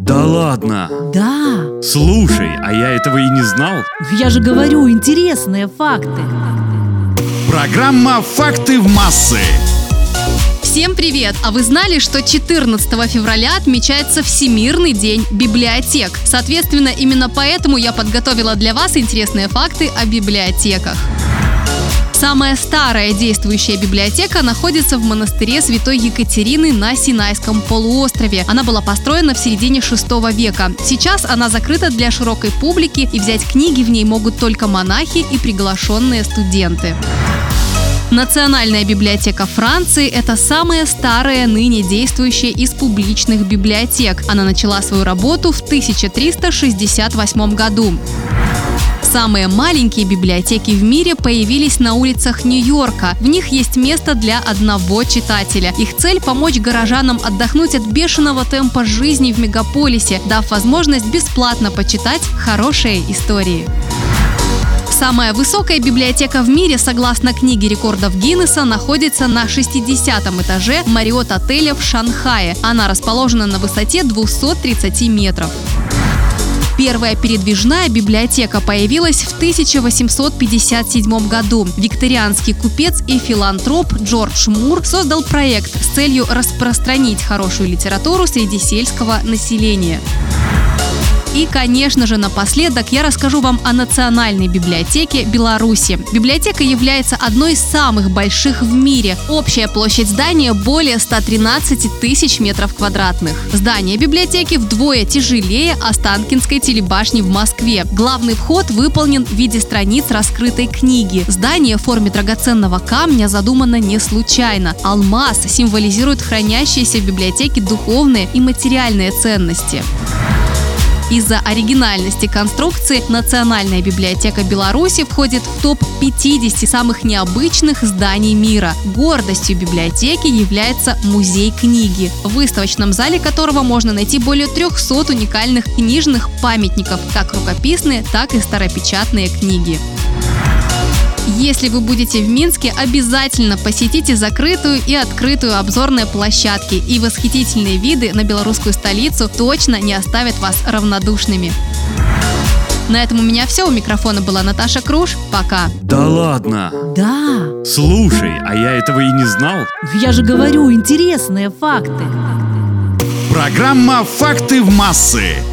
Да ладно? Да. Слушай, а я этого и не знал. Я же говорю, интересные факты. Программа «Факты в массы». Всем привет! А вы знали, что 14 февраля отмечается Всемирный день библиотек? Соответственно, именно поэтому я подготовила для вас интересные факты о библиотеках. Самая старая действующая библиотека находится в монастыре Святой Екатерины на Синайском полуострове. Она была построена в середине VI века. Сейчас она закрыта для широкой публики, и взять книги в ней могут только монахи и приглашенные студенты. Национальная библиотека Франции – это самая старая ныне действующая из публичных библиотек. Она начала свою работу в 1368 году. Самые маленькие библиотеки в мире появились на улицах Нью-Йорка. В них есть место для одного читателя. Их цель – помочь горожанам отдохнуть от бешеного темпа жизни в мегаполисе, дав возможность бесплатно почитать хорошие истории. Самая высокая библиотека в мире, согласно книге рекордов Гиннесса, находится на 60-м этаже Марриотт-отеля в Шанхае. Она расположена на высоте 230 метров. Первая передвижная библиотека появилась в 1857 году. Викторианский купец и филантроп Джордж Мур создал проект с целью распространить хорошую литературу среди сельского населения. И, конечно же, напоследок я расскажу вам о Национальной библиотеке Беларуси. Библиотека является одной из самых больших в мире. Общая площадь здания более 113 тысяч метров квадратных. Здание библиотеки вдвое тяжелее Останкинской телебашни в Москве. Главный вход выполнен в виде страниц раскрытой книги. Здание в форме драгоценного камня задумано не случайно. Алмаз символизирует хранящиеся в библиотеке духовные и материальные ценности. Из-за оригинальности конструкции Национальная библиотека Беларуси входит в топ-50 самых необычных зданий мира. Гордостью библиотеки является музей книги, в выставочном зале которого можно найти более 300 уникальных книжных памятников, как рукописные, так и старопечатные книги. Если вы будете в Минске, обязательно посетите закрытую и открытую обзорные площадки, и восхитительные виды на белорусскую столицу точно не оставят вас равнодушными. На этом у меня все. У микрофона была Наташа Круш. Пока. Да ладно? Да. Слушай, а я этого и не знал. Я же говорю, интересные факты. Программа «Факты в массы».